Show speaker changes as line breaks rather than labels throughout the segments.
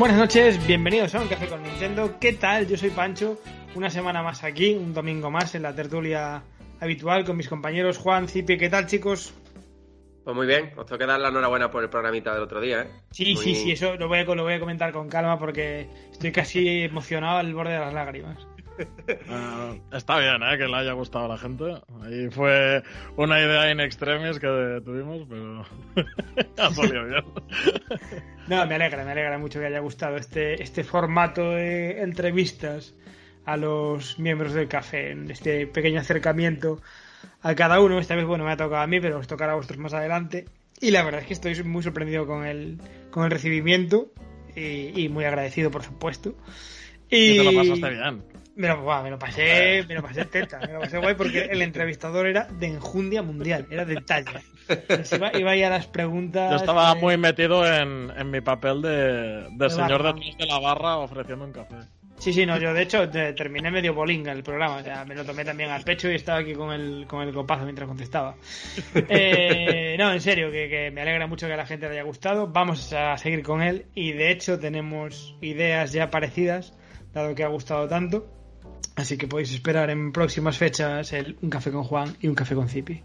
Buenas noches, bienvenidos a Un Café con Nintendo. ¿Qué tal? Yo soy Pancho, una semana más aquí, un domingo más en la tertulia habitual con mis compañeros Juan, Cipi. ¿Qué tal, chicos?
Pues muy bien, os tengo que dar la enhorabuena por el programita del otro día, ¿eh?
Sí, eso lo voy a comentar con calma porque estoy casi emocionado al borde de las lágrimas.
Está bien, que le haya gustado a la gente. Ahí fue una idea in extremis que tuvimos, pero ha salido bien.
No, me alegra mucho que haya gustado este formato de entrevistas a los miembros del café, en este pequeño acercamiento a cada uno. Esta vez, bueno, me ha tocado a mí, pero os tocará a vosotros más adelante. Y la verdad es que estoy muy sorprendido con el recibimiento y muy agradecido, por supuesto.
Y te lo pasaste bien.
Me lo pasé teta, me lo pasé guay porque el entrevistador era de enjundia mundial, era de talla. Iba ahí a las preguntas.
Yo estaba muy metido en mi papel de señor detrás de la barra ofreciendo un café.
Sí, no, yo de hecho terminé medio bolinga el programa, o sea, me lo tomé también al pecho y estaba aquí con el copazo mientras contestaba. No, en serio, que me alegra mucho que a la gente le haya gustado. Vamos a seguir con él y de hecho tenemos ideas ya parecidas, dado que ha gustado tanto. Así que podéis esperar en próximas fechas un café con Juan y un café con Cipi.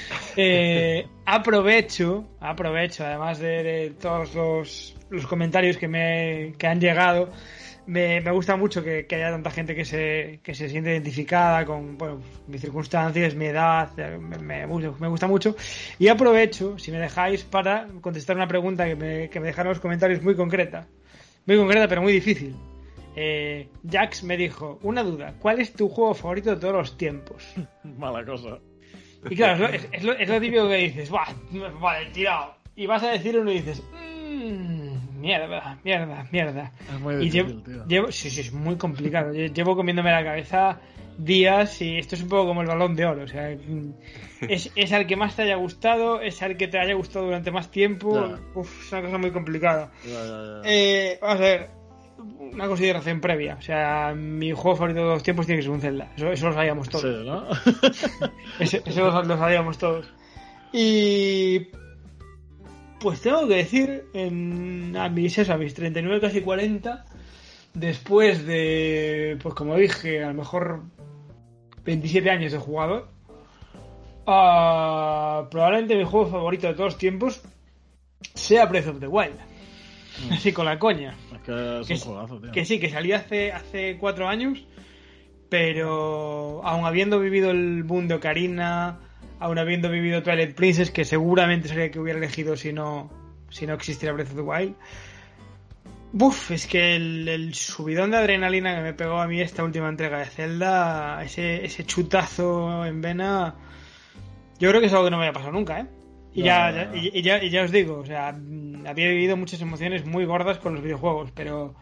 Aprovecho, además de todos los comentarios que han llegado. Me gusta mucho que haya tanta gente que se siente identificada con mis circunstancias, mi edad. Me gusta mucho. Y aprovecho, si me dejáis, para contestar una pregunta que me dejaron en los comentarios muy concreta, pero muy difícil. Jax me dijo, una duda, ¿cuál es tu juego favorito de todos los tiempos?
Mala cosa.
Y claro, es lo típico que dices, vale, tirado. Y vas a decir uno y dices, mierda.
Es muy difícil,
tío. Sí, es muy complicado. Llevo comiéndome la cabeza días y esto es un poco como el Balón de Oro. O sea, es al que más te haya gustado, es al que te haya gustado durante más tiempo. Es una cosa muy complicada.
Ya.
Vamos a ver. Una consideración previa, o sea, mi juego favorito de todos los tiempos tiene que ser un Zelda, eso lo sabíamos todos.
Sí, ¿no?
eso lo sabíamos todos. Y pues tengo que decir, a mis 39, casi 40, después de, pues como dije, a lo mejor 27 años de jugador, probablemente mi juego favorito de todos los tiempos sea Breath of the Wild. Así con la coña.
Es que es un juegazo, tío.
Que sí, que salió hace 4 años, pero aún habiendo vivido el boom de Ocarina, aún habiendo vivido Twilight Princess, que seguramente sería el que hubiera elegido si no existiera Breath of the Wild. Es que el subidón de adrenalina que me pegó a mí esta última entrega de Zelda, ese chutazo en vena, yo creo que es algo que no me haya pasado nunca, Y ya os digo, o sea, había vivido muchas emociones muy gordas con los videojuegos, pero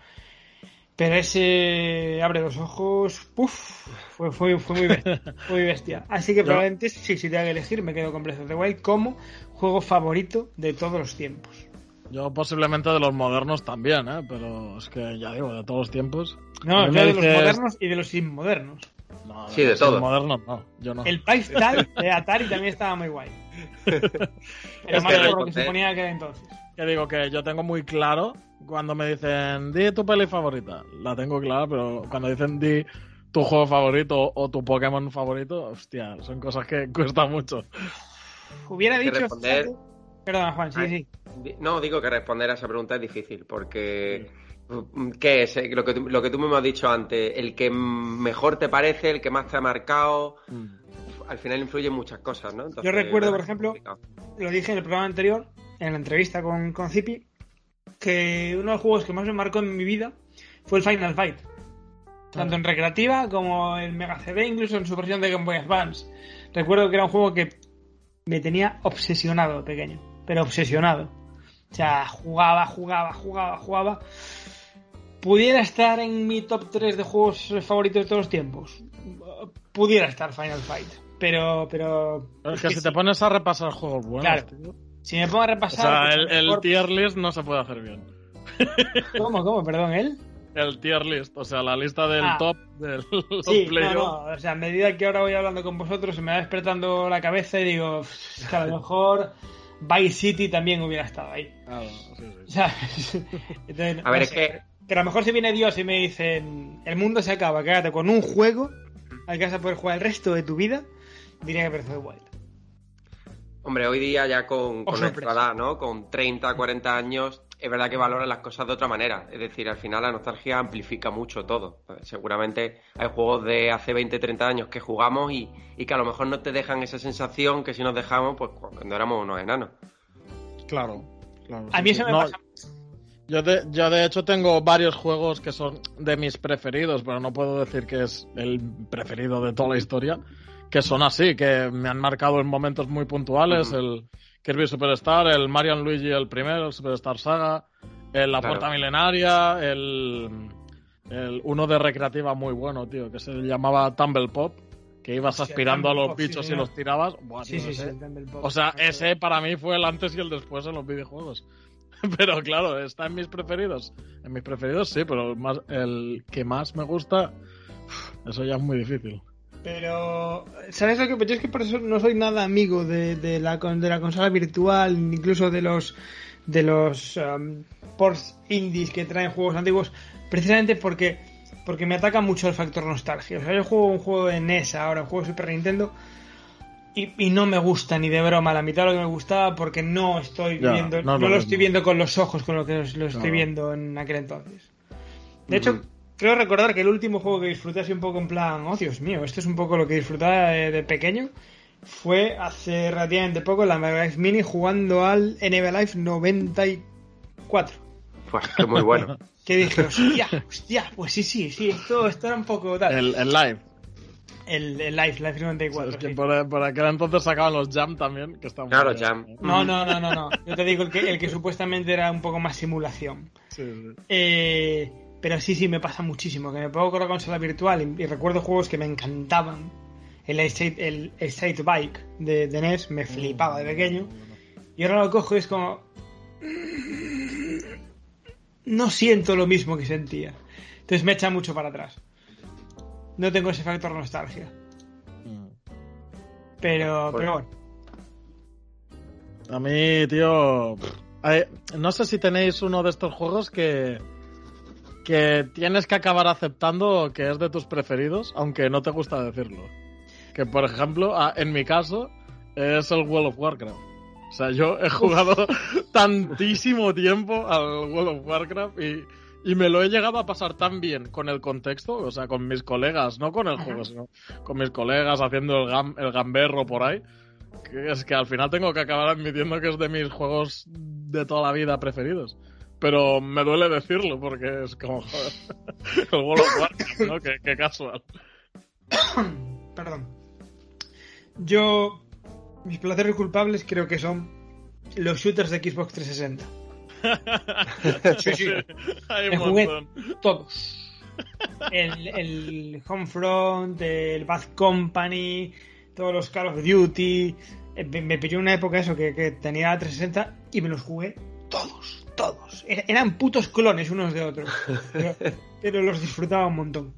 ese abre los ojos, fue muy bestia. Así que probablemente, si tengo que elegir, me quedo con Breath of the Wild como juego favorito de todos los tiempos.
Yo posiblemente de los modernos también, pero es que ya digo, de todos los tiempos.
No, yo de los modernos y de los inmodernos.
No,
sí, de todo.
Modernos no, yo no.
El Paistal de Atari también estaba muy guay. Pero más por lo que suponía que era entonces.
Que digo que yo tengo muy claro cuando me dicen di tu peli favorita, la tengo clara, pero cuando dicen di tu juego favorito o tu Pokémon favorito, hostia, son cosas que cuestan mucho.
Hubiera dicho
responder...
Perdona, Juan, sí.
No, digo que responder a esa pregunta es difícil porque ¿qué es? Lo que tú me has dicho antes, el que mejor te parece, el que más te ha marcado. Al final influyen muchas cosas, ¿no? Entonces,
yo recuerdo, por ejemplo, lo dije en el programa anterior, en la entrevista con Zipi, que uno de los juegos que más me marcó en mi vida fue el Final Fight. Tanto en recreativa como en Mega CD, incluso en su versión de Game Boy Advance. Recuerdo que era un juego que me tenía obsesionado de pequeño, pero obsesionado. O sea, jugaba. ¿Pudiera estar en mi top 3 de juegos favoritos de todos los tiempos? Pudiera estar Final Fight. Pero
es que si te pones a repasar juegos buenos,
claro,
tío.
Si me pongo a repasar...
O sea, el tier list no se puede hacer bien.
¿Cómo? Perdón, ¿él?
El tier list, o sea, la lista del top del
playoff. No, o sea, a medida que ahora voy hablando con vosotros se me va despertando la cabeza y digo, es que a lo Vice City también hubiera estado ahí.
Claro, sí.
¿Sabes? Entonces,
A ver, es que...
Pero a lo mejor si viene Dios y me dicen el mundo se acaba, quédate con un juego al que vas a poder jugar el resto de tu vida, diría que Breath of the Wild.
Hombre, hoy día ya con nuestra
sorpresa.
edad, ¿no? Con 30, 40 años, es verdad que valoran las cosas de otra manera. Es decir, al final la nostalgia amplifica mucho todo. Seguramente hay juegos de hace 20, 30 años que jugamos y que a lo mejor no te dejan esa sensación que si nos dejamos pues cuando éramos unos enanos.
Claro.
A mí eso me pasa.
Yo de hecho tengo varios juegos que son de mis preferidos, pero no puedo decir que es el preferido de toda la historia, que son así, que me han marcado en momentos muy puntuales, el Kirby Superstar, el Mario & Luigi el primero, el Superstar Saga, la Puerta Milenaria, el uno de recreativa muy bueno, tío, que se llamaba Tumble Pop, que ibas aspirando a los bichos y los tirabas. Buah, tío,
Sí,
ese.
el Tumble Pop.
O sea, ese para mí fue el antes y el después en los videojuegos. Pero claro, está en mis preferidos. En mis preferidos sí, pero el que más me gusta, eso ya es muy difícil.
Pero, ¿sabes lo que? Yo es que por eso no soy nada amigo de la consola virtual, incluso de los ports indies que traen juegos antiguos, precisamente porque me ataca mucho el factor nostalgia. O sea, yo juego un juego de NES ahora, un juego de Super Nintendo, y no me gusta ni de broma la mitad de lo que me gustaba porque no estoy viendo, no lo estoy viendo con los ojos con lo que lo estoy viendo en aquel entonces. De hecho, creo recordar que el último juego que disfruté así un poco en plan, oh Dios mío, esto es un poco lo que disfrutaba de pequeño, fue hace relativamente poco la Mega Drive Mini jugando al NBA Live 94.
Pues que muy bueno.
Que dije, hostia, pues sí, esto era un poco tal.
El Live.
El Live 94.
Es que
sí.
por aquel entonces sacaban los Jam también, que estaban.
Claro, Jam.
No. Yo te digo el que supuestamente era un poco más simulación.
Sí.
Pero sí, me pasa muchísimo. Que me pongo con la consola virtual y recuerdo juegos que me encantaban. El State Bike de NES me flipaba de pequeño. Y ahora lo cojo y es como... No siento lo mismo que sentía. Entonces me echa mucho para atrás. No tengo ese factor nostalgia. Pero bueno.
A mí, tío... no sé si tenéis uno de estos juegos que tienes que acabar aceptando que es de tus preferidos, aunque no te gusta decirlo. Que, por ejemplo, en mi caso, es el World of Warcraft. O sea, yo he jugado tantísimo tiempo al World of Warcraft y me lo he llegado a pasar tan bien con el contexto, o sea, con mis colegas, no con el juego, sino con mis colegas haciendo el gamberro por ahí, que es que al final tengo que acabar admitiendo que es de mis juegos de toda la vida preferidos. Pero me duele decirlo porque es como, joder, el World of Warcraft, ¿no? Qué casual.
Perdón. Mis placeres culpables creo que son los shooters de Xbox 360. Sí.
Hay
Me
un
jugué
montón.
todos. El Homefront, el Bad Company, todos los Call of Duty. Me pilló una época eso que tenía la 360 y me los jugué todos. Eran putos clones unos de otros. Pero los disfrutaba un montón.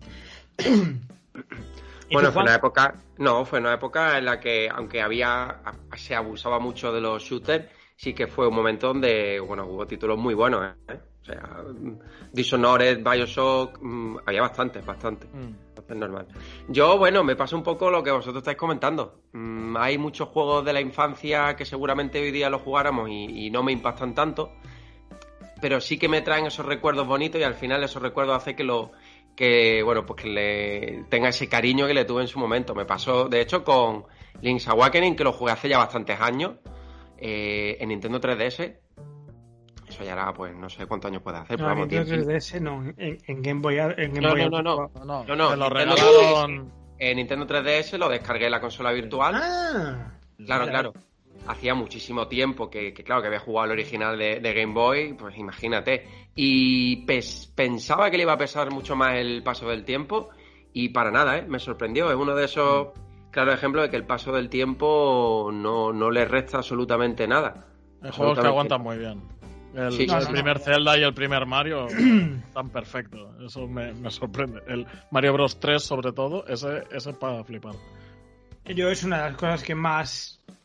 Bueno, fue una época en la que, aunque se abusaba mucho de los shooters, sí que fue un momento donde, bueno, hubo títulos muy buenos, ¿eh? O sea, Dishonored, Bioshock, había bastante. Entonces, normal. Yo, bueno, me pasa un poco lo que vosotros estáis comentando. Hay muchos juegos de la infancia que seguramente hoy día los jugáramos y no me impactan tanto, pero sí que me traen esos recuerdos bonitos y al final esos recuerdos hacen que le tenga ese cariño que le tuve en su momento. Me pasó, de hecho, con Link's Awakening, que lo jugué hace ya bastantes años, en Nintendo 3DS. Eso ya era, pues, no sé cuántos años puede hacer.
No,
pero
en Nintendo 3DS no, en Game Boy.
No,
me lo
regalaron.
En Nintendo 3DS lo descargué en la consola virtual. Claro. Hacía muchísimo tiempo que había jugado el original de Game Boy, pues imagínate. Y pensaba que le iba a pesar mucho más el paso del tiempo y para nada, me sorprendió. Es uno de esos claros ejemplos de que el paso del tiempo no le resta absolutamente nada.
El juego que aguantan muy bien. El primer Zelda y el primer Mario están perfectos. Eso me sorprende. El Mario Bros 3 sobre todo, ese para flipar.
Yo es una de las cosas que más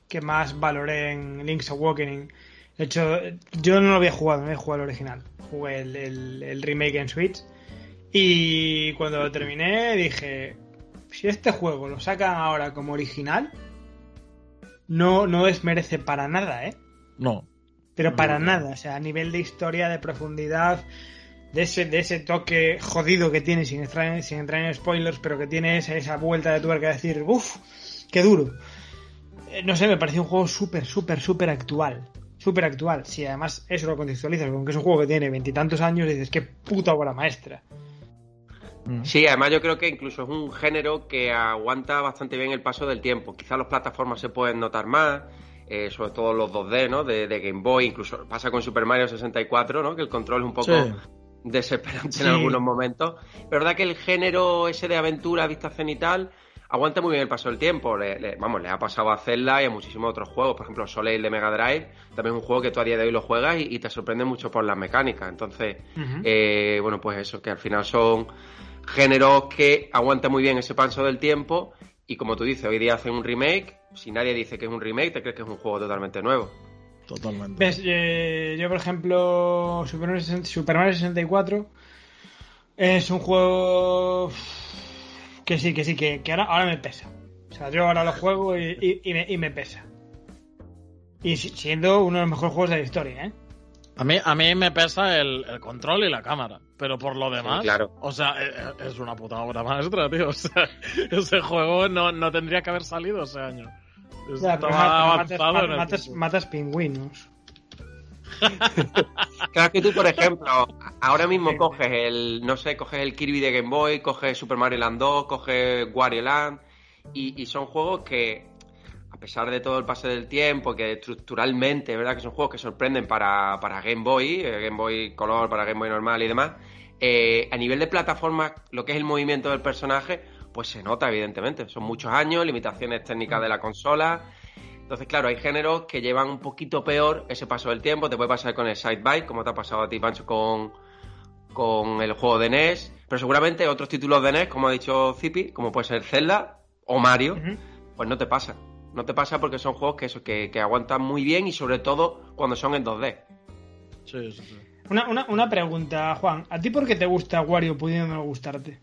que más valoré en Link's Awakening. De hecho, yo no lo había jugado, no había jugado el original. Jugué el remake en Switch. Y cuando lo terminé dije, si este juego lo sacan ahora como original, no desmerece para nada, ¿eh?
No.
Pero para nada, o sea, a nivel de historia, de profundidad, de ese toque jodido que tiene, sin entrar en spoilers, pero que tiene esa vuelta de tuerca de decir, uff, qué duro. No sé, me pareció un juego súper actual. Súper actual. Si además eso lo contextualizas con que es un juego que tiene 20 y tantos años, dices, qué puta obra maestra.
Sí, además yo creo que incluso es un género que aguanta bastante bien el paso del tiempo. Quizás las plataformas se pueden notar más, sobre todo los 2D, ¿no? De Game Boy, incluso pasa con Super Mario 64, ¿no? Que el control es un poco desesperante en algunos momentos. Pero es verdad que el género ese de aventura, vista cenital, aguanta muy bien el paso del tiempo. Le ha pasado a Zelda y a muchísimos otros juegos. Por ejemplo, Soleil de Mega Drive, también es un juego que tú a día de hoy lo juegas y te sorprende mucho por las mecánicas. Entonces, bueno, pues eso, que al final son géneros que aguantan muy bien ese paso del tiempo y como tú dices, hoy día hacen un remake. Si nadie dice que es un remake, te crees que es un juego totalmente nuevo.
Totalmente.
¿Ves? Yo, por ejemplo, Super Mario 64 es un juego que ahora me pesa. O sea, yo ahora lo juego y me pesa. Y siendo uno de los mejores juegos de la historia, ¿eh?
A mí me pesa el control y la cámara, pero por lo demás,
sí, claro.
O sea, es una puta obra maestra, tío. O sea, ese juego no tendría que haber salido ese año.
Ya, pero matas pingüinos.
Claro que tú, por ejemplo, ahora mismo coges el Kirby de Game Boy, coges Super Mario Land 2, coges Wario Land y son juegos que, a pesar de todo el pase del tiempo, que estructuralmente, ¿verdad? Que son juegos que sorprenden para Game Boy Color, para Game Boy normal y demás, a nivel de plataforma, lo que es el movimiento del personaje, pues se nota, evidentemente. Son muchos años, limitaciones técnicas de la consola. Entonces, claro, hay géneros que llevan un poquito peor ese paso del tiempo. Te puede pasar con el Side-Bike, como te ha pasado a ti, Pancho, con el juego de NES. Pero seguramente otros títulos de NES, como ha dicho Zipi, como puede ser Zelda o Mario, pues no te pasa. No te pasa porque son juegos que aguantan muy bien y sobre todo cuando son en 2D.
Sí.
Una pregunta, Juan. ¿A ti por qué te gusta Wario pudiendo no gustarte?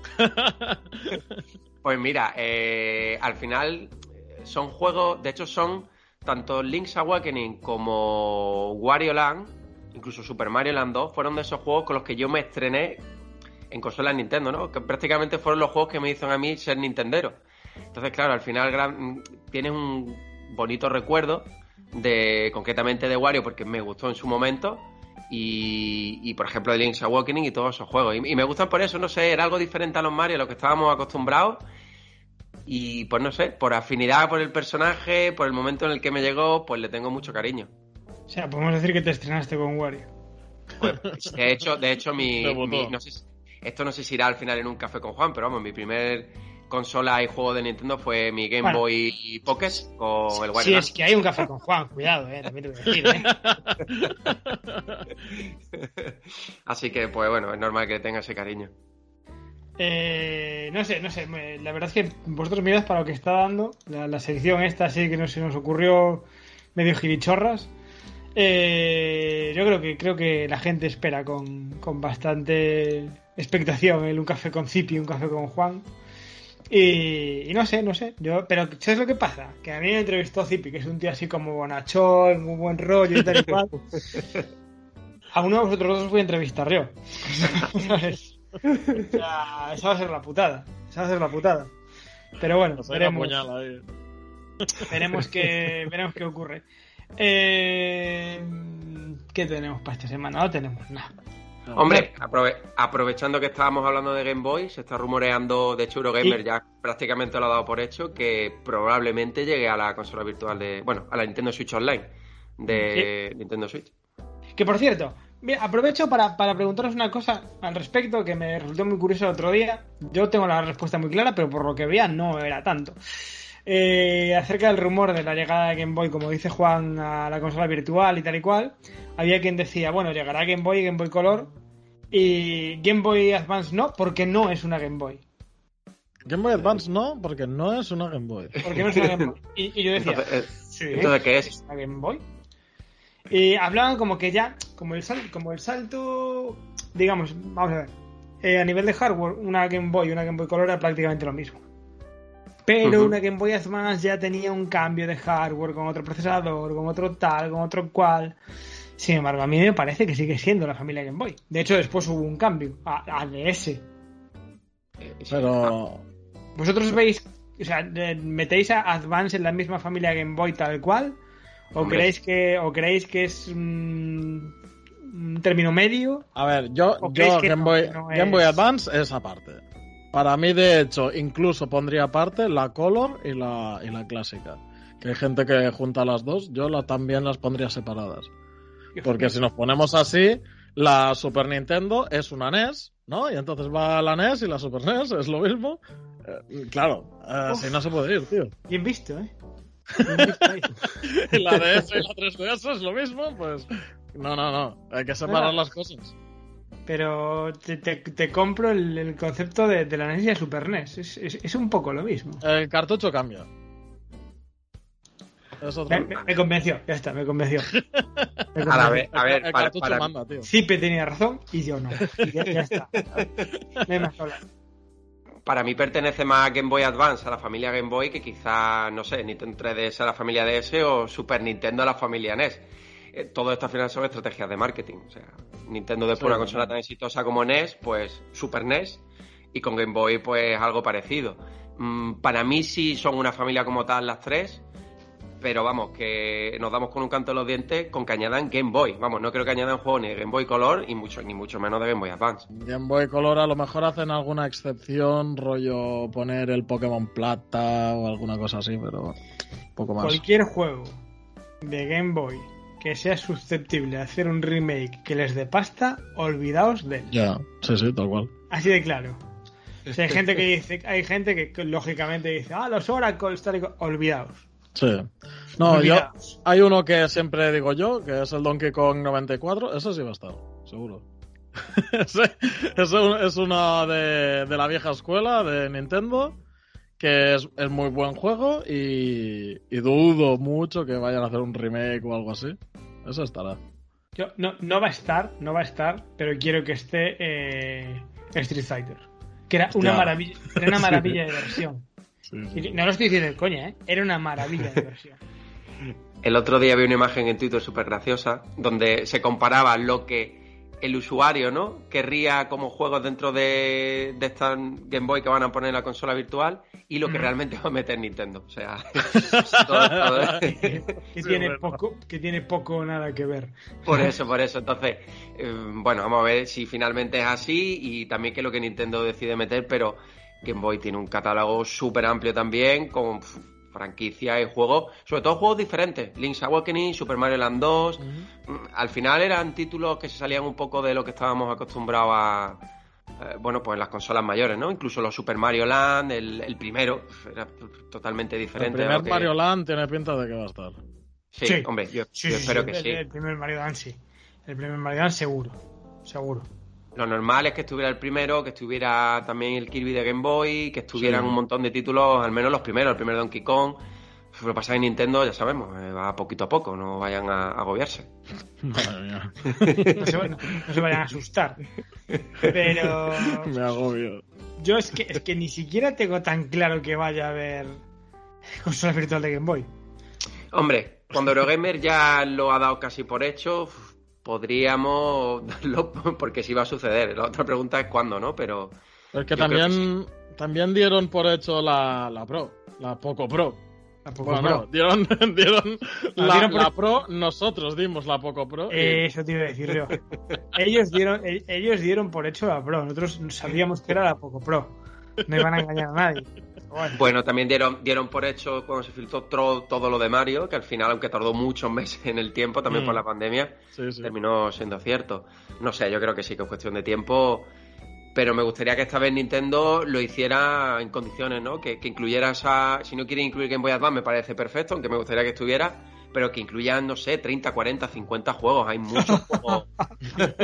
Pues mira, al final son juegos, de hecho son tanto Link's Awakening como Wario Land, incluso Super Mario Land 2, fueron de esos juegos con los que yo me estrené en consolas Nintendo, ¿no? Que prácticamente fueron los juegos que me hicieron a mí ser nintendero. Entonces, claro, al final tienes un bonito recuerdo concretamente de Wario porque me gustó en su momento y por ejemplo de Link's Awakening y todos esos juegos y me gustan por eso, no sé, era algo diferente a los Mario a lo que estábamos acostumbrados y pues no sé, por afinidad por el personaje, por el momento en el que me llegó, pues le tengo mucho cariño.
O sea, podemos decir que te estrenaste con Wario.
Pues, de hecho no sé, esto no sé si irá al final en un café con Juan, pero vamos, mi primer consola y juego de Nintendo fue mi Game Boy Pocket con el Wario.
Sí, es que hay un café con Juan, cuidado, también te voy a decir,
Así que, pues bueno, es normal que tenga ese cariño.
No sé, la verdad es que vosotros mirad para lo que está dando, la sección esta así que no se nos ocurrió medio gilichorras. Yo creo que la gente espera con bastante expectación un café con Zipi y un café con Juan. Y no sé, pero ¿sabes lo que pasa? Que a mí me entrevistó Zipi, que es un tío así como bonachón, muy buen rollo y tal y cual. A uno de vosotros dos voy a entrevistar yo. ¿Sabes? O sea, esa va a ser la putada. Pero bueno, veremos qué ocurre. ¿Qué tenemos para esta semana? No tenemos nada.
Hombre, aprovechando que estábamos hablando de Game Boy, se está rumoreando, de hecho Eurogamer ya prácticamente lo ha dado por hecho, que probablemente llegue a la consola virtual a la Nintendo Switch Online de Nintendo Switch.
Que por cierto, mira, aprovecho para preguntaros una cosa al respecto que me resultó muy curioso el otro día. Yo tengo la respuesta muy clara, pero por lo que veía no era tanto. Acerca del rumor de la llegada de Game Boy, como dice Juan, a la consola virtual y tal y cual, había quien decía, bueno, llegará Game Boy y Game Boy Color, y Game Boy Advance no, porque no es una Game Boy.
Game Boy Advance no, porque no es una Game Boy.
Porque no es una Game Boy. Y yo decía, Sí.
Entonces, ¿qué es?
Una Game Boy. Hablaban como que ya, como el salto, digamos, vamos a ver, a nivel de hardware, una Game Boy y una Game Boy Color era prácticamente lo mismo. Pero una Game Boy Advance ya tenía un cambio de hardware con otro procesador, con otro tal, con otro cual. Sin embargo, a mí me parece que sigue siendo la familia Game Boy. De hecho, después hubo un cambio a DS.
Pero...
¿Vosotros veis, o sea, metéis a Advance en la misma familia Game Boy tal cual? ¿O creéis que es un término medio?
A ver, yo Game Boy Advance es aparte. Para mí, de hecho, incluso pondría aparte la Color y la clásica. Que hay gente que junta las dos, yo también las pondría separadas. Porque si nos ponemos así, la Super Nintendo es una NES, ¿no? Y entonces va la NES y la Super NES, es lo mismo. Claro, así no se puede ir, tío.
Bien visto, ¿eh?
Y la DS y la 3DS es lo mismo, pues... No, hay que separar las cosas.
Pero te compro el concepto de la NES y la Super NES. Es un poco lo mismo.
El cartucho cambia.
Me convenció, ya está, me convenció.
A ver,
el cartucho manda, tío.
Zipe tenía razón y yo no. Y ya está. No hay más que hablar.
Para mí pertenece más a Game Boy Advance, a la familia Game Boy, que quizá, no sé, Nintendo 3DS a la familia DS o Super Nintendo a la familia NES. Todo esto al final son estrategias de marketing. O sea, Nintendo después de una consola tan exitosa como NES, pues Super NES, y con Game Boy pues algo parecido. Para mí sí son una familia como tal las tres, pero vamos, que nos damos con un canto en los dientes con que añadan Game Boy. Vamos, no creo que añadan juegos ni de Game Boy Color ni mucho menos de Game Boy Advance.
Game Boy Color a lo mejor hacen alguna excepción, rollo poner el Pokémon Plata o alguna cosa así, pero poco más.
Cualquier juego de Game Boy que sea susceptible de hacer un remake que les dé pasta, olvidaos de él.
Ya, sí, tal cual.
Así de claro. O sea, hay gente que lógicamente dice, los Oracles, tal y cual. Olvidaos. Sí.
No, hay uno que siempre digo yo, que es el Donkey Kong 94, ese sí va a estar, seguro. es uno de la vieja escuela de Nintendo, que es muy buen juego y dudo mucho que vayan a hacer un remake o algo así. Eso estará.
No va a estar, pero quiero que esté Street Fighter, que era una maravilla de versión. Sí. No lo estoy diciendo de coña, era una maravilla de versión.
El otro día vi una imagen en Twitter súper graciosa donde se comparaba lo que el usuario, ¿no?, querría como juegos dentro de esta Game Boy que van a poner en la consola virtual y lo que realmente va a meter Nintendo. O sea, todo.
que tiene poco o nada que ver.
Por eso. Entonces, bueno, vamos a ver si finalmente es así y también qué es lo que Nintendo decide meter, pero Game Boy tiene un catálogo súper amplio también, con franquicias y juegos, sobre todo juegos diferentes. Link's Awakening, Super Mario Land 2. Al final eran títulos que se salían un poco de lo que estábamos acostumbrados a, bueno, pues en las consolas mayores, ¿no? Incluso los Super Mario Land, el primero, era totalmente diferente.
El primer Mario Land tiene pinta de que va a estar.
Sí. Hombre, yo espero que sí.
El primer Mario Land sí. El primer Mario Land seguro.
Lo normal es que estuviera el primero, que estuviera también el Kirby de Game Boy, que estuvieran un montón de títulos, al menos los primeros, el primer Donkey Kong. Lo que pasa en Nintendo, ya sabemos, va poquito a poco, no vayan a agobiarse.
Madre mía.
No se vayan a asustar. Pero...
Me agobio.
Yo es que ni siquiera tengo tan claro que vaya a haber consola virtual de Game Boy.
Hombre, cuando Eurogamer ya lo ha dado casi por hecho... Podríamos darlo porque sí va a suceder. La otra pregunta es cuándo, ¿no? Pero
es que también dieron por hecho la Pro, la Poco Pro. No, dieron la Pro, nosotros dimos la Poco Pro.
Eso te iba a decir yo. Ellos dieron por hecho la Pro. Nosotros sabíamos que era la Poco Pro. No iban a engañar a nadie.
Bueno, también dieron por hecho cuando se filtró todo lo de Mario, que al final, aunque tardó muchos meses en el tiempo, también por la pandemia, terminó siendo cierto. No sé, yo creo que sí que es cuestión de tiempo, pero me gustaría que esta vez Nintendo lo hiciera en condiciones, ¿no? Que incluyera si no quiere incluir Game Boy Advance me parece perfecto, aunque me gustaría que estuviera, pero que incluyan, no sé, 30, 40, 50 juegos. Hay muchos juegos.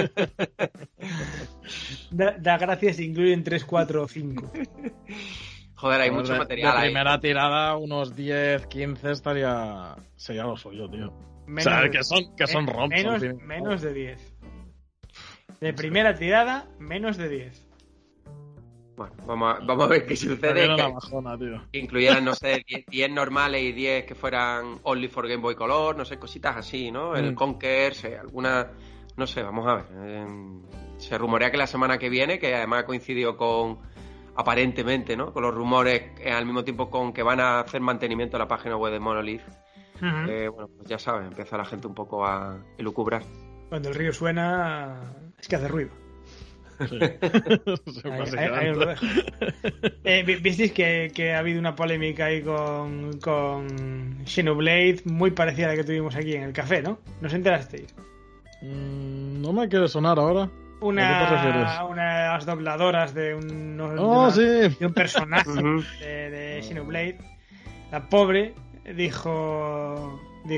Da gracias si incluyen 3, 4 o 5.
Joder, hay mucho material
de
ahí.
primera tirada, unos 10, 15 sería lo suyo, tío.
Menos
o sea,
de-
que son romps. al fin.
menos de 10. De primera tirada, menos de 10.
Bueno, vamos a ver qué
Me
sucede.
viene
Que
la bajona, tío.
incluyeran, no sé, 10 normales y 10 que fueran only for Game Boy Color, no sé, cositas así, ¿no? El Conquer, alguna... No sé, vamos a ver. Se rumorea que la semana que viene, que además coincidió con... Aparentemente, ¿no? Con los rumores al mismo tiempo con que van a hacer mantenimiento a la página web de Monolith. Bueno, pues ya sabes, empieza la gente un poco a elucubrar.
Cuando el río suena, es que hace ruido.
Sí.
Ahí os lo dejo. ¿Visteis que ha habido una polémica ahí con Xenoblade muy parecida a la que tuvimos aquí en el café, ¿no? ¿No os enterasteis?
No me quiere sonar ahora. ¿A qué te refieres?
Una de las dobladoras de
Sí.
de un personaje de Xenoblade, la pobre dijo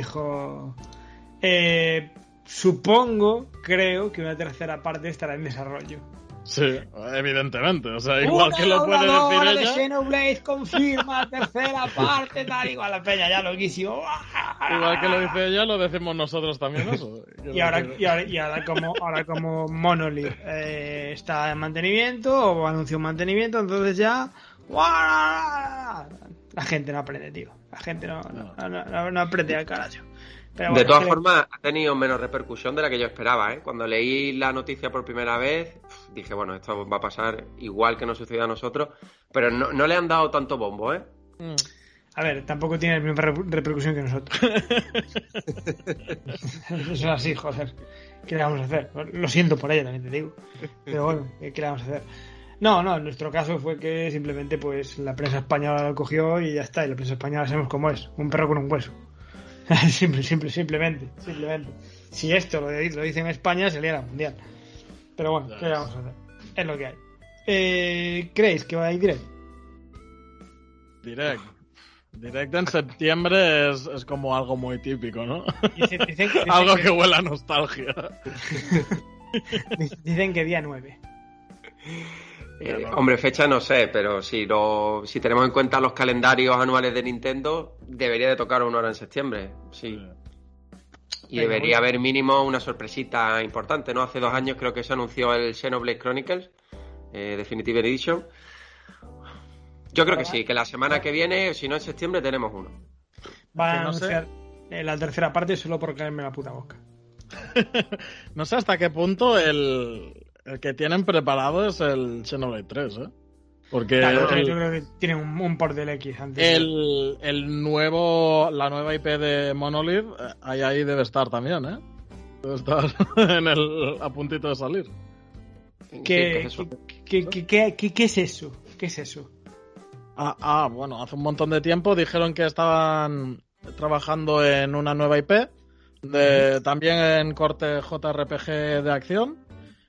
creo que una tercera parte estará en desarrollo.
Sí, evidentemente. O sea, igual que lo puede decir ella.
De Xenoblade confirma tercera parte, tal, igual la peña ya loquísimo.
Igual que lo dice ella, lo decimos nosotros también eso.
Y ahora como Monolith está en mantenimiento o anunció un mantenimiento, entonces ya la gente no aprende, tío. La gente no aprende al carajo. Pero bueno,
de todas formas, ha tenido menos repercusión de la que yo esperaba, ¿eh? Cuando leí la noticia por primera vez, dije, bueno, esto va a pasar igual que nos sucedió a nosotros, pero no le han dado tanto bombo, ¿eh?
A ver, tampoco tiene la misma repercusión que nosotros. Eso es así, joder. ¿Qué le vamos a hacer? Lo siento por ella, también te digo. Pero bueno, ¿qué le vamos a hacer? No, en nuestro caso fue que simplemente pues la prensa española lo cogió y ya está. Y la prensa española sabemos cómo es. Un perro con un hueso. Simplemente. Si esto lo dice en España, sería la mundial. Pero bueno, ¿qué le vamos a hacer? Es lo que hay. ¿Creéis que va a ir
Direct en septiembre es como algo muy típico, ¿no?
Dicen
algo que huele a nostalgia.
Dicen que día 9.
Hombre, fecha no sé, pero si tenemos en cuenta los calendarios anuales de Nintendo, debería de tocar una hora en septiembre, sí. Y debería haber mínimo una sorpresita importante, ¿no? Hace 2 años creo que se anunció el Xenoblade Chronicles Definitive Edition. Yo creo que sí, que la semana que viene, si no en septiembre, tenemos uno.
Van a anunciar la tercera parte solo por caerme la puta boca.
No sé hasta qué punto el que tienen preparado es el Xenoblade 3, ¿eh? Porque
claro, yo creo que tienen un port del X antes.
La nueva IP de Monolith, ahí debe estar también, ¿eh? Debe estar a puntito de salir.
¿Qué es eso? ¿Qué es eso?
Bueno, hace un montón de tiempo dijeron que estaban trabajando en una nueva IP, también en corte JRPG de acción.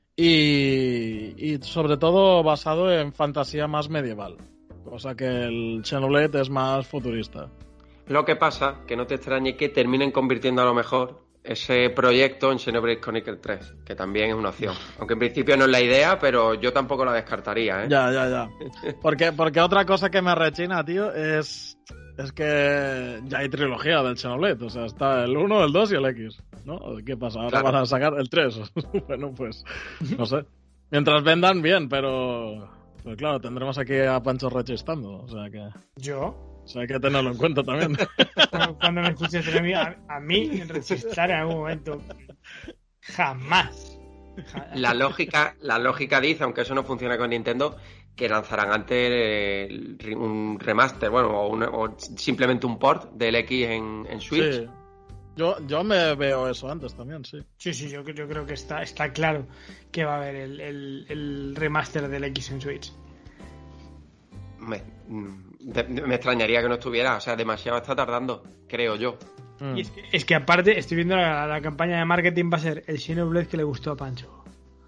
Y sobre todo basado en fantasía más medieval. O sea que el Xenoblade es más futurista.
Lo que pasa, que no te extrañe que terminen convirtiendo a lo mejor ese proyecto en Xenoblade Chronicles 3, que también es una opción. Aunque en principio no es la idea, pero yo tampoco la descartaría, ¿eh?
Ya. Porque otra cosa que me rechina, tío, es que ya hay trilogía del Xenoblade. O sea, está el 1, el 2 y el X, ¿no? ¿Qué pasa? Ahora van a sacar el 3. Bueno, pues, no sé. Mientras vendan, bien, pero claro, tendremos aquí a Pancho rechistando. O sea que...
¿Yo?
O sea, hay que tenerlo en cuenta también.
Cuando me escuches a mí rechistar en algún momento. Jamás.
La lógica dice, aunque eso no funciona con Nintendo, que lanzarán antes un remaster, bueno, o simplemente un port del X en Switch.
Sí. Yo me veo eso antes también, sí.
Sí, yo creo que está claro que va a haber el remaster del X en Switch.
Me extrañaría que no estuviera, o sea, demasiado está tardando, creo yo.
Y es que aparte, estoy viendo la campaña de marketing, va a ser el Xenoblade que le gustó a Pancho.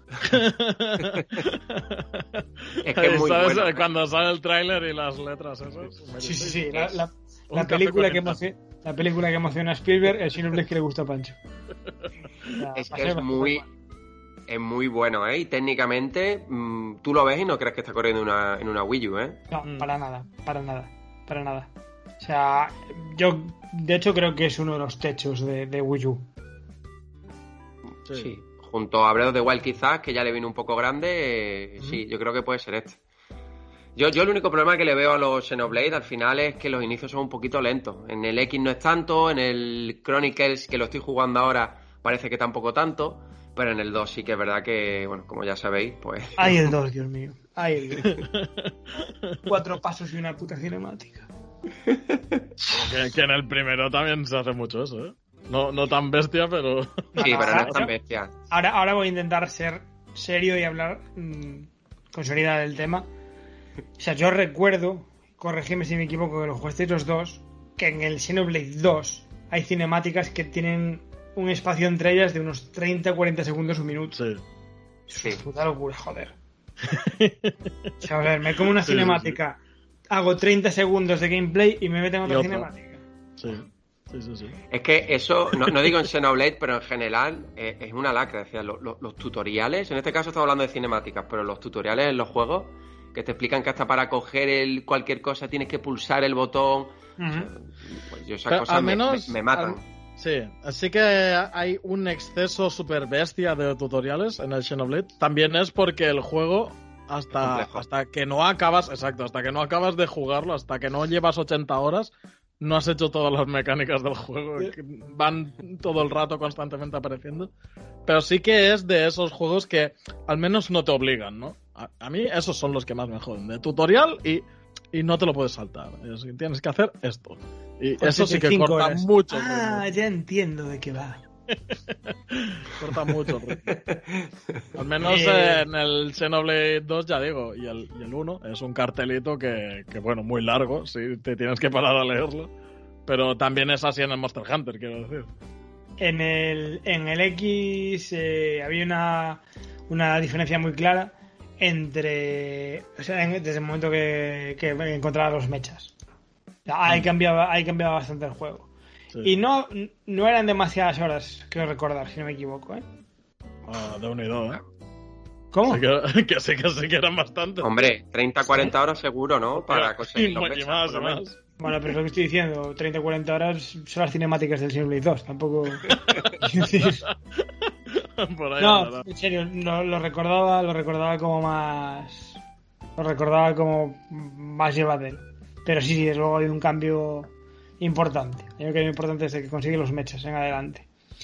Es que es muy
¿sabes?
bueno.
Cuando sale el tráiler y las letras esas.
Sí. La película que emociona a Spielberg, el Xenoblade que le gusta a Pancho.
Es que es muy es muy bueno, ¿eh? Y técnicamente tú lo ves y no crees que está corriendo en una Wii U, ¿eh?
No, para nada. O sea, yo de hecho creo que es uno de los techos de Wii U.
Sí. Junto a Breath of the Wild quizás, que ya le vino un poco grande, sí, yo creo que puede ser este. Yo el único problema que le veo a los Xenoblade al final es que los inicios son un poquito lentos. En el X no es tanto, en el Chronicles, que lo estoy jugando ahora, parece que tampoco tanto, pero en el 2 sí que es verdad que, bueno, como ya sabéis, pues...
Ay, el 2, Dios mío. Ay, el 2. 4 pasos y una puta cinemática.
Que en el primero también se hace mucho eso, ¿eh? No tan bestia, pero...
Sí, pero no es tan bestia.
Ahora voy a intentar ser serio y hablar con seriedad del tema. O sea, yo recuerdo, corregidme si me equivoco, que los jugasteis los dos, que en el Xenoblade 2 hay cinemáticas que tienen un espacio entre ellas de unos 30-40 segundos, un minuto.
Sí.
Es una puta locura, joder. O sea, a ver, me como una cinemática, hago 30 segundos de gameplay y me meten otra cinemática.
Sí.
Es que eso, no digo en Xenoblade, pero en general es una lacra. Decía, los tutoriales, en este caso estamos hablando de cinemáticas, pero los tutoriales en los juegos que te explican que hasta para coger cualquier cosa tienes que pulsar el botón. O sea, pues yo esas cosas me matan.
Sí, así que hay un exceso super bestia de tutoriales en el Xenoblade. También es porque el juego hasta que no acabas, hasta que no acabas de jugarlo, hasta que no llevas 80 horas, no has hecho todas las mecánicas del juego, que van todo el rato constantemente apareciendo. Pero sí que es de esos juegos que al menos no te obligan, ¿no? A mí esos son los que más me joden, de tutorial y no te lo puedes saltar. Tienes que hacer esto. Y eso sí que corta horas. Mucho.
Ya entiendo de qué va.
Corta mucho. Al menos en el Xenoblade 2, ya digo, y el 1 es un cartelito que, bueno, muy largo, sí, te tienes que parar a leerlo. Pero también es así en el Monster Hunter, quiero decir. En
el X había una diferencia muy clara entre... O sea, desde el momento que encontraba los mechas. Ahí cambiaba bastante el juego. Sí. Y no eran demasiadas horas, creo recordar, si no me equivoco, ¿eh?
De unido, ¿eh?
¿Cómo?
Sí que eran bastante.
Hombre, 30-40 horas seguro, ¿no? Para conseguir los mechas,
más.
Bueno, pero es lo que estoy diciendo, 30-40 horas son las cinemáticas del Xenoblade 2, tampoco...
Por ahí
no, en serio, lo recordaba como más... Lo recordaba como más llevadero. Pero sí, luego hay un cambio importante. Hay un cambio importante desde que consigue los mechas en adelante.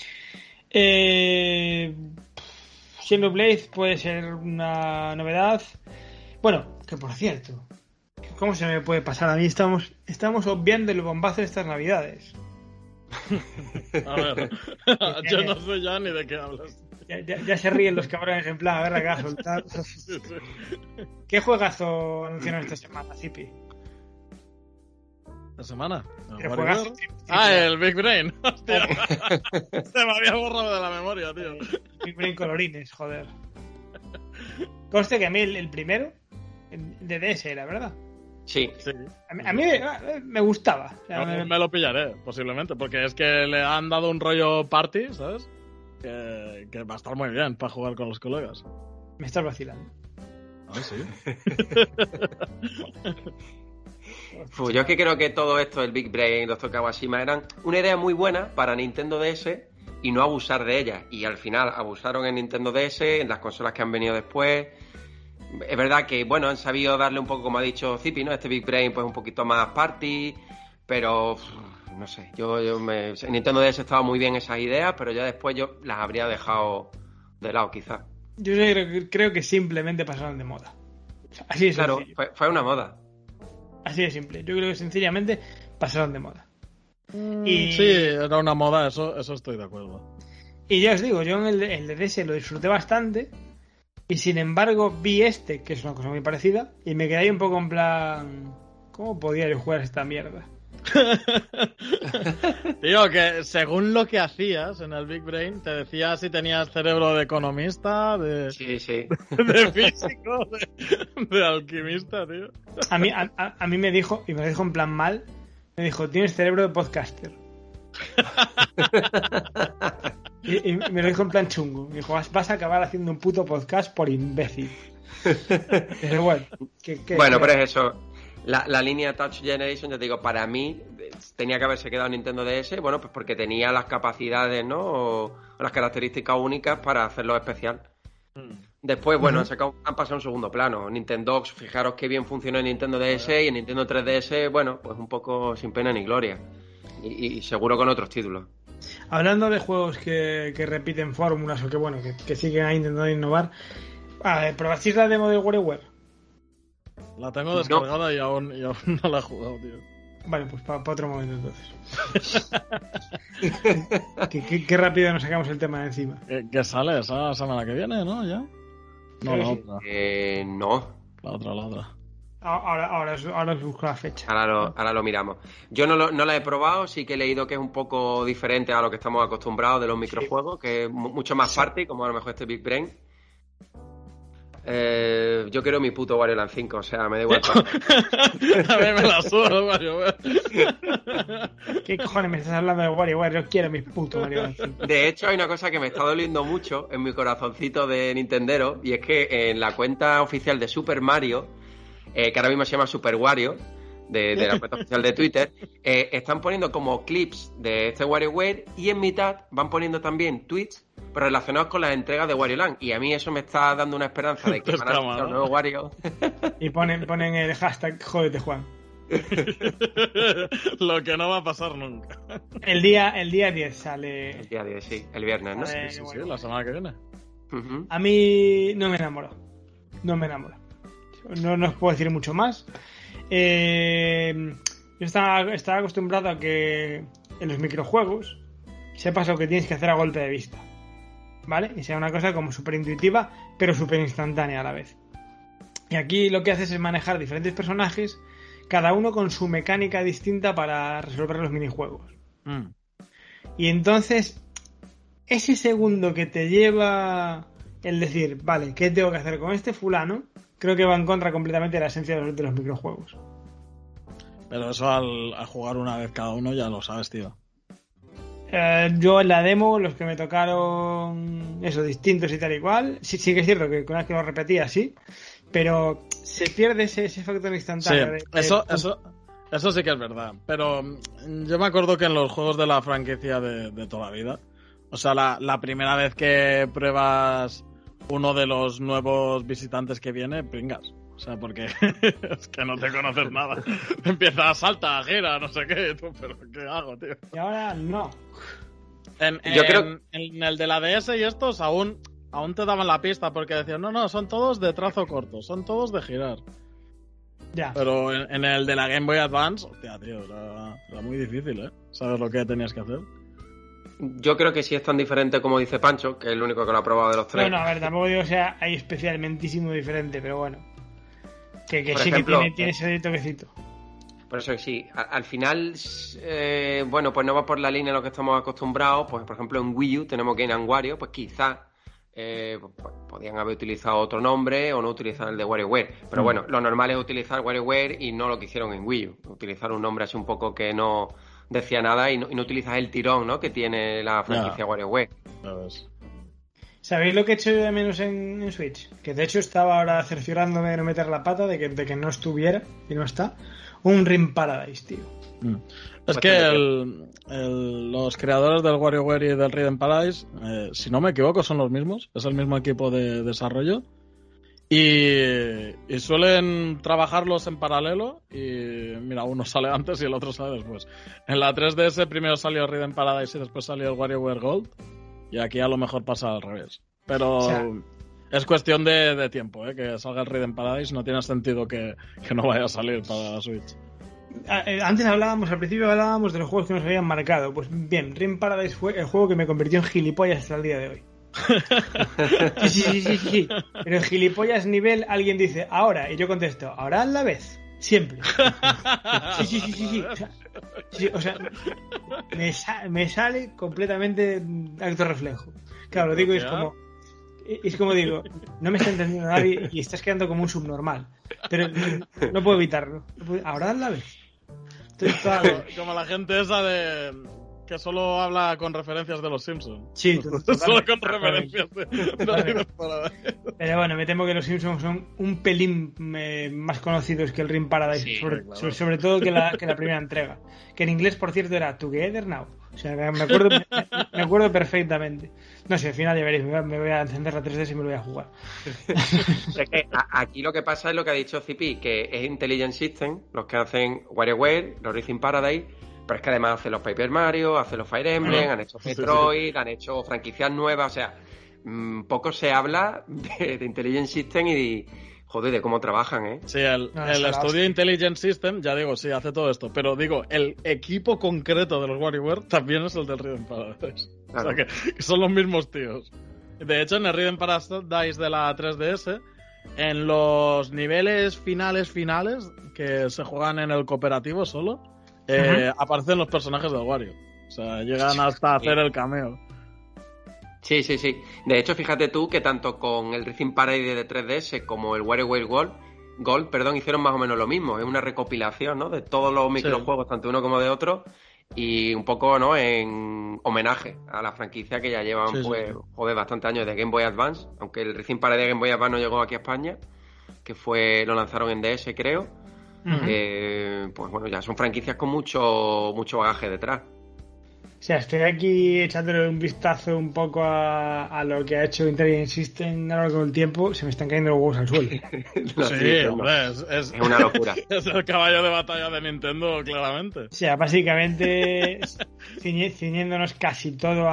Xenoblade puede ser una novedad. Bueno, que por cierto, ¿cómo se me puede pasar? A mí estamos obviando el bombazo de estas navidades.
A ver, yo no sé ya ni de qué hablas.
Ya se ríen los cabrones en plan, a ver la que va a soltar.
Sí.
¿Qué juegazo anunciaron esta semana, Zipi?
¿La semana?
El
Big Brain. Hostia. Se me había borrado de la memoria, tío.
Big Brain colorines, joder. Conste que a mí el primero de DS era, ¿verdad?
Sí.
A mí me gustaba. O sea,
me lo pillaré, posiblemente, porque es que le han dado un rollo party, ¿sabes? Que va a estar muy bien para jugar con los colegas.
Me estás vacilando.
Ah, sí.
Yo es que creo que todo esto, el Big Brain, Dr. Kawashima, eran una idea muy buena para Nintendo DS y no abusar de ella. Y al final abusaron en Nintendo DS, en las consolas que han venido después. Es verdad que, bueno, han sabido darle un poco, como ha dicho Zipi, ¿no? Este Big Brain, pues un poquito más party, pero no sé, en Nintendo DS estaba muy bien esas ideas, pero ya después yo las habría dejado de lado, quizás.
Yo creo que simplemente pasaron de moda. Así es.
Claro, fue una moda.
Así de simple. Yo creo que sencillamente pasaron de moda.
Sí, era una moda, eso estoy de acuerdo.
Y ya os digo, yo en el de DS lo disfruté bastante. Y sin embargo vi que es una cosa muy parecida, y me quedé ahí un poco en plan... ¿Cómo podía yo jugar esta mierda?
Tío, que según lo que hacías en el Big Brain, te decía si tenías cerebro de economista, de...
Sí.
de físico, de alquimista, tío.
A mí me dijo, y me lo dijo en plan mal, me dijo, tienes cerebro de podcaster. Y me lo dijo en plan chungo. Me dijo, vas a acabar haciendo un puto podcast por imbécil. Pero bueno.
Bueno, pero es eso. La línea Touch Generation, yo te digo, para mí tenía que haberse quedado Nintendo DS, bueno, pues porque tenía las capacidades, ¿no? O las características únicas para hacerlo especial. Después, bueno, han pasado a un segundo plano. Nintendo, fijaros qué bien funcionó en Nintendo DS y en Nintendo 3DS, bueno, pues un poco sin pena ni gloria. Y seguro con otros títulos.
Hablando de juegos que repiten fórmulas o que, bueno, que siguen ahí intentando innovar. ¿Probasteis la demo de WarioWare?
La tengo descargada y aún no la he jugado, tío.
Vale, pues para otro momento entonces. Qué rápido nos sacamos el tema de encima.
¿Qué sale esa semana que viene, no? ¿Ya? No, la otra.
No.
La otra.
Ahora os busco la fecha.
Ahora lo miramos. Yo no la he probado, sí que he leído que es un poco diferente a lo que estamos acostumbrados de los microjuegos, que es mucho más party, como a lo mejor este Big Brain. Yo quiero mi puto Wario Land 5, o sea, me da igual.
A ver, me la subo, Wario.
¿Qué cojones me estás hablando de WarioWare? Yo quiero mi puto Wario Land 5.
De hecho, hay una cosa que me está doliendo mucho en mi corazoncito de Nintendero, y es que en la cuenta oficial de Super Mario, que ahora mismo se llama Super Wario, de la cuenta oficial de Twitter, están poniendo como clips de este WarioWare y en mitad van poniendo también tweets pero relacionados con las entregas de Wario Land. Y a mí eso me está dando una esperanza de que van a hacer un nuevo Wario.
Y ponen el hashtag Jódete Juan.
Lo que no va a pasar nunca.
El día 10 sale.
El día 10, sí. El viernes, ¿no?
Sí, la semana que viene.
A mí no me enamoró. No os puedo decir mucho más. Yo estaba acostumbrado a que en los microjuegos sepas lo que tienes que hacer a golpe de vista, ¿vale? Y sea una cosa como súper intuitiva, pero súper instantánea a la vez. Y aquí lo que haces es manejar diferentes personajes, cada uno con su mecánica distinta para resolver los minijuegos. Y entonces, ese segundo que te lleva el decir, vale, ¿qué tengo que hacer con este fulano? Creo que va en contra completamente de la esencia de los microjuegos.
Pero eso al jugar una vez cada uno ya lo sabes, tío.
Yo en la demo, los que me tocaron distintos y tal y cual, sí que es cierto que una vez que lo repetía, sí, pero se pierde ese factor instantáneo.
Sí, eso sí que es verdad, pero yo me acuerdo que en los juegos de la franquicia de toda la vida, o sea, la primera vez que pruebas uno de los nuevos visitantes que viene, pringas. O sea, porque es que no te conoces nada. Empieza, salta, gira, no sé qué. Pero ¿qué hago, tío?
Y ahora no.
Yo creo en el de la DS y estos aún te daban la pista porque decían, no, son todos de trazo corto, son todos de girar.
Ya.
Pero en el de la Game Boy Advance, hostia, tío, era muy difícil, ¿eh? Saber lo que tenías que hacer.
Yo creo que sí es tan diferente como dice Pancho, que es el único que lo ha probado de los tres.
Bueno, a ver, tampoco digo sea hay especialmentísimo diferente, pero bueno. Que
por
sí
ejemplo,
que tiene ese toquecito.
Por eso sí, al final, bueno, pues no va por la línea de lo que estamos acostumbrados. Pues por ejemplo en Wii U tenemos Game & Wario, pues quizás pues, podían haber utilizado otro nombre o no utilizar el de WarioWare. Pero bueno, lo normal es utilizar WarioWare y no lo que hicieron en Wii U. Utilizar un nombre así un poco que no decía nada y no utilizas el tirón, ¿no?, que tiene la franquicia WarioWare.
¿Sabéis lo que he hecho yo de menos en Switch? Que de hecho estaba ahora cerciorándome de no meter la pata, de que no estuviera y no está. Un Rim Paradise, tío.
Es que los creadores del WarioWare y del Rhythm Paradise, si no me equivoco, son los mismos. Es el mismo equipo de desarrollo. Y suelen trabajarlos en paralelo. Y mira, uno sale antes y el otro sale después. En la 3DS primero salió Rhythm Paradise y después salió el WarioWare Gold. Y aquí a lo mejor pasa al revés. Pero es cuestión de tiempo, que salga el Rhythm Paradise. No tiene sentido que no vaya a salir para la Switch.
Antes al principio hablábamos de los juegos que nos habían marcado. Pues bien, Rhythm Paradise fue el juego que me convirtió en gilipollas hasta el día de hoy. Sí. Pero en gilipollas nivel alguien dice ahora, y yo contesto, ahora a la vez. Siempre. Sí. O sea, me sale completamente acto reflejo. Claro, lo digo y es como digo, no me está entendiendo nadie y estás quedando como un subnormal. Pero no puedo evitarlo. Ahora a la vez.
Como la gente esa de que solo habla con referencias de los Simpsons.
Sí,
solo con referencias de Rhythm Paradise.
Pero bueno, me temo que los Simpsons son un pelín más conocidos que el Ring Paradise,
Sí,
sobre todo que la primera entrega. Que en inglés, por cierto, era Together Now. O sea, me acuerdo perfectamente. No sé, al final ya veréis, me voy a encender la 3DS y me lo voy a jugar.
Es que aquí lo que pasa es lo que ha dicho Zipi, que es Intelligent System, los que hacen WarioWare, los Rhythm Paradise, pero es que además hacen los Paper Mario, hacen los Fire Emblem, han hecho Metroid, han hecho franquicias nuevas, o sea, poco se habla de Intelligent System y de cómo trabajan, ¿eh?
Sí, el estudio Intelligent System, ya digo, sí, hace todo esto, pero digo, el equipo concreto de los WarioWare también es el del Rhythm Paradise. Claro. O sea, que son los mismos tíos. De hecho, en el Rhythm Paradise de la 3DS, en los niveles finales, que se juegan en el cooperativo solo, aparecen los personajes del Wario. O sea, llegan hasta hacer el cameo.
Sí. De hecho, fíjate tú que tanto con el Rhythm Paradise de 3DS como el WarioWare Gold, hicieron más o menos lo mismo. Es una recopilación, ¿no? De todos los microjuegos, tanto uno como de otro, y un poco, ¿no? En homenaje a la franquicia que ya llevan, bastantes años de Game Boy Advance, aunque el Rhythm Paradise de Game Boy Advance no llegó aquí a España, que lo lanzaron en DS, creo. Pues bueno, ya son franquicias con mucho bagaje detrás.
O sea, estoy aquí echándole un vistazo un poco a lo que ha hecho Intelligent System a lo largo del tiempo. Se me están cayendo los huevos al suelo.
Hombre, es
una locura.
Es el caballo de batalla de Nintendo, claramente.
O sea, básicamente ciñéndonos casi todo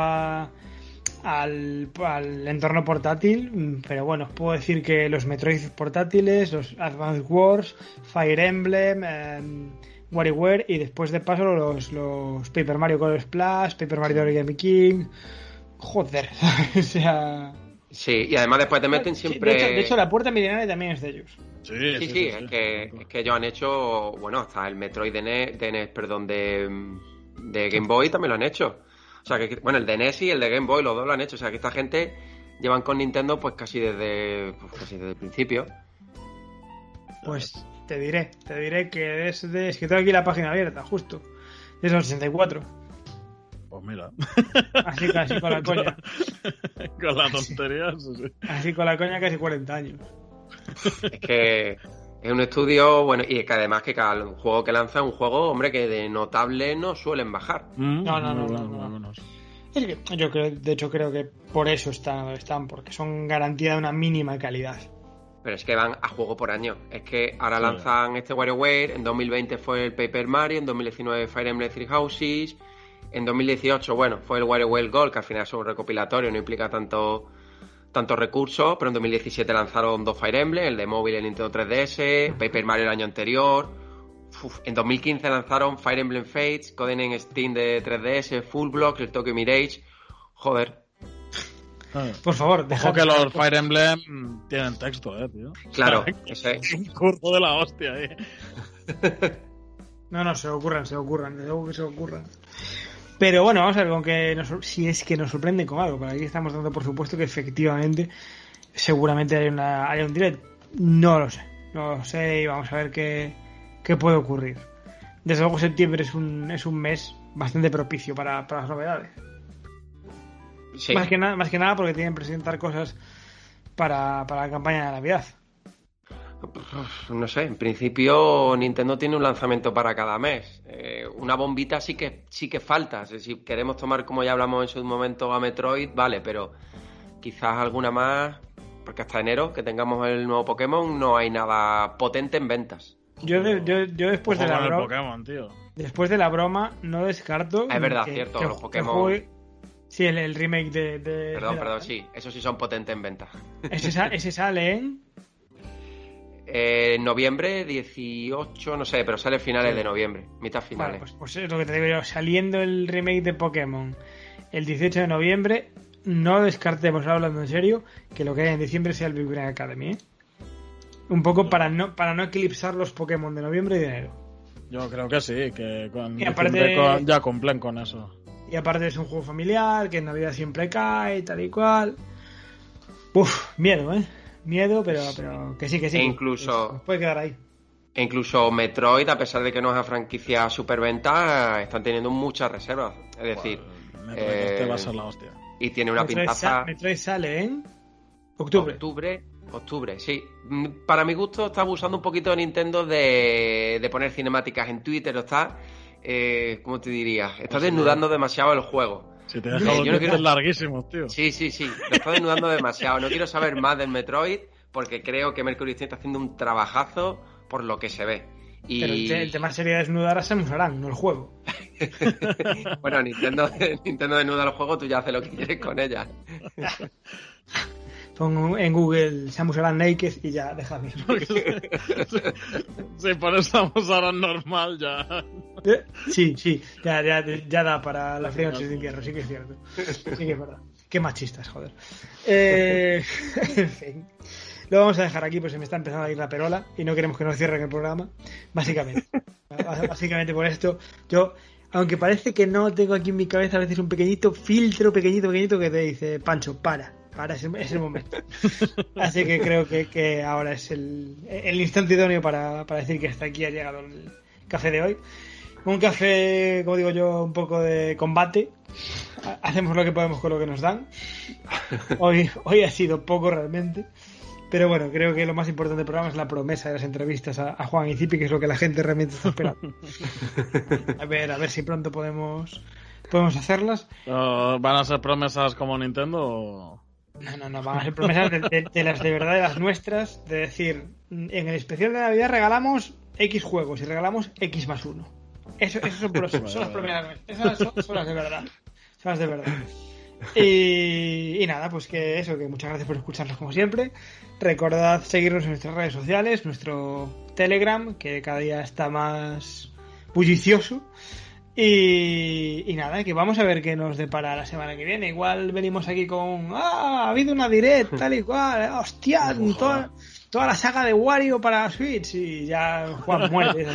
al entorno portátil. Pero bueno, puedo decir que los Metroid portátiles, los Advance Wars, Fire Emblem, WarioWare, y después de paso los Paper Mario Color Splash, Paper Mario Game King. Joder, o sea...
Sí, y además después te meten siempre...
De hecho, la Puerta Milenaria también es de ellos.
Sí. Es que ellos han hecho... Bueno, hasta el Metroid de Game Boy también lo han hecho. O sea, que bueno, el de NES y el de Game Boy, los dos lo han hecho. O sea, que esta gente llevan con Nintendo pues casi desde el principio.
Pues... Te diré que es que tengo aquí la página abierta, justo. De esos 64.
Pues mira.
Así con la coña.
Con la tontería, sí.
Así con la coña, casi 40 años.
Es que es un estudio, bueno, y que además que cada juego que lanza es un juego, hombre, que de notable no suelen bajar.
No. Es que yo creo que por eso están, porque son garantía de una mínima calidad.
Pero es que van a juego por año. Es que ahora lanzan este WarioWare, en 2020 fue el Paper Mario, en 2019 Fire Emblem Three Houses, en 2018, bueno, fue el WarioWare Gold, que al final es un recopilatorio, no implica tantos recursos, pero en 2017 lanzaron dos Fire Emblem, el de móvil en Nintendo 3DS, Paper Mario el año anterior. En 2015 lanzaron Fire Emblem Fates, Codename Steam de 3DS, Full Block, el Tokyo Mirage. Joder.
Por favor,
deja que los Fire Emblem tienen texto, tío.
Claro, ese
es un curso de la hostia,
No, se ocurran, de algo que se ocurran. Pero bueno, vamos a ver con que si es que nos sorprenden con algo. Por aquí estamos dando por supuesto que efectivamente seguramente hay un direct. No lo sé y vamos a ver qué puede ocurrir. Desde luego septiembre es un mes bastante propicio para las novedades. Sí. Más que nada porque tienen que presentar cosas para la campaña de Navidad.
No sé, en principio Nintendo tiene un lanzamiento para cada mes. Una bombita sí que falta. Si queremos tomar, como ya hablamos en su momento, a Metroid, vale, pero quizás alguna más, porque hasta enero que tengamos el nuevo Pokémon no hay nada potente en ventas.
Yo después de la broma,
Pokémon, tío.
Después de la broma no descarto.
Es verdad, cierto, los Pokémon.
Sí, el remake de
Perdón, sí, esos sí son potentes en venta.
Ese sale
en noviembre 18, no sé, pero sale finales de noviembre, mitad finales.
Vale, pues es lo que te digo yo, saliendo el remake de Pokémon el 18 de noviembre, no descartemos, hablando en serio, que lo que hay en diciembre sea el Big Brain Academy, ¿eh? Un poco para no eclipsar los Pokémon de noviembre y de enero.
Yo creo que sí, que ya cumplen con eso.
Y aparte es un juego familiar, que en Navidad siempre cae, tal y cual. Miedo, Miedo, pero que sí.
E incluso...
Pues puede quedar ahí.
E incluso Metroid, a pesar de que no es una franquicia superventa, están teniendo muchas reservas. Es decir,
Metroid va a ser la hostia.
Y tiene una pintaza.
Metroid sale en
Octubre, sí. Para mi gusto está abusando un poquito de Nintendo de poner cinemáticas en Twitter, está, ¿cómo te diría? Está desnudando demasiado el juego.
Si te dejas los dientes larguísimos, tío.
Sí, lo está desnudando demasiado. No quiero saber más del Metroid porque creo que Mercury Steam está haciendo un trabajazo por lo que se ve.
Pero el tema sería desnudar a Samus Aran, no el juego.
Bueno, Nintendo desnuda el juego, tú ya haces lo que quieres con ella.
Pongo en Google Samus Aran Naked y ya, déjame.
Si pones Samus Aran normal, ya.
Sí, ya da para las frías noches de invierno, sí que es cierto. Sí que es verdad. Qué machistas, joder. En fin. Lo vamos a dejar aquí, pues se me está empezando a ir la perola y no queremos que nos cierren el programa. Básicamente por esto, yo, aunque parece que no, tengo aquí en mi cabeza a veces un pequeñito filtro, pequeñito que te dice, Pancho, para, es el momento. Así que creo que ahora es el instante idóneo para decir que hasta aquí ha llegado el café de hoy. Un café, como digo yo, un poco de combate. Hacemos lo que podemos con lo que nos dan. Hoy ha sido poco realmente. Pero bueno, creo que lo más importante del programa es la promesa de las entrevistas a Juan y Zipi, que es lo que la gente realmente está esperando. A ver si pronto podemos hacerlas.
¿Van a ser promesas como Nintendo o...?
No, van a ser promesas de las de verdad, de las nuestras, de decir, en el especial de Navidad regalamos X juegos y regalamos X más 1. Eso son las promesas nuestras. Esas son las de verdad. Son las de verdad. Y nada, pues que muchas gracias por escucharnos como siempre. Recordad seguirnos en nuestras redes sociales, nuestro Telegram, que cada día está más bullicioso. Y nada, que vamos a ver qué nos depara la semana que viene. Igual venimos aquí con ha habido una direct, tal y cual, hostia, toda la saga de Wario para Switch y ya Juan muere.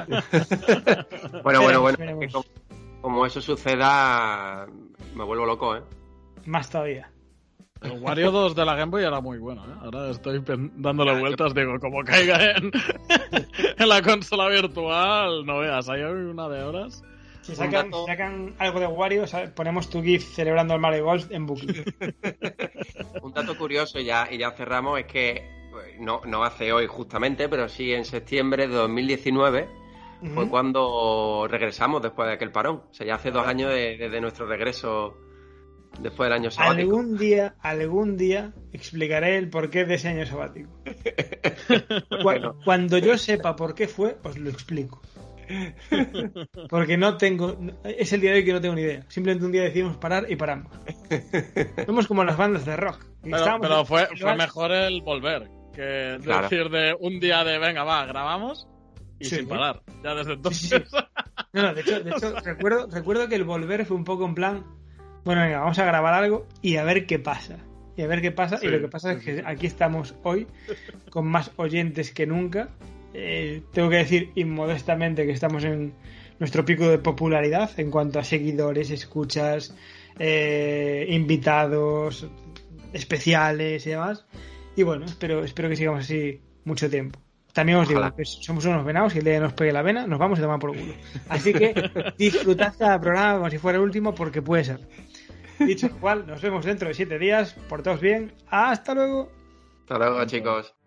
Bueno, que como eso suceda, me vuelvo loco,
Más todavía.
El Wario 2 de la Game Boy era muy bueno, Ahora estoy dándole vueltas, digo, como caiga en la consola virtual, no veas, hay una de horas.
Si sacan algo de Wario, ponemos tu GIF celebrando el Mario Golf en bucle.
Un dato curioso y ya cerramos es que no hace hoy justamente, pero sí en septiembre de 2019 fue cuando regresamos después de aquel parón. O sea, ya hace 2 años desde nuestro regreso después del año sabático.
Algún día explicaré el porqué de ese año sabático. Cuando yo sepa por qué fue, os lo explico. Porque es el día de hoy que no tengo ni idea. Simplemente un día decidimos parar y paramos. Somos como las bandas de rock.
Pero fue mejor el volver que decir de un día de venga, grabamos y sin parar. Ya desde entonces.
Sí. No, de hecho recuerdo que el volver fue un poco en plan, bueno, venga, vamos a grabar algo y a ver qué pasa. Y lo que pasa es que aquí estamos hoy con más oyentes que nunca. Tengo que decir inmodestamente que estamos en nuestro pico de popularidad en cuanto a seguidores, escuchas, invitados especiales y demás. Y bueno, espero que sigamos así mucho tiempo. También os digo que somos unos venados y el día que nos pegue la vena nos vamos a tomar por culo. Así que disfrutad cada programa como si fuera el último, porque puede ser. Dicho lo cual, nos vemos dentro de 7 días. Portaos bien. Hasta luego.
Hasta luego, chicos.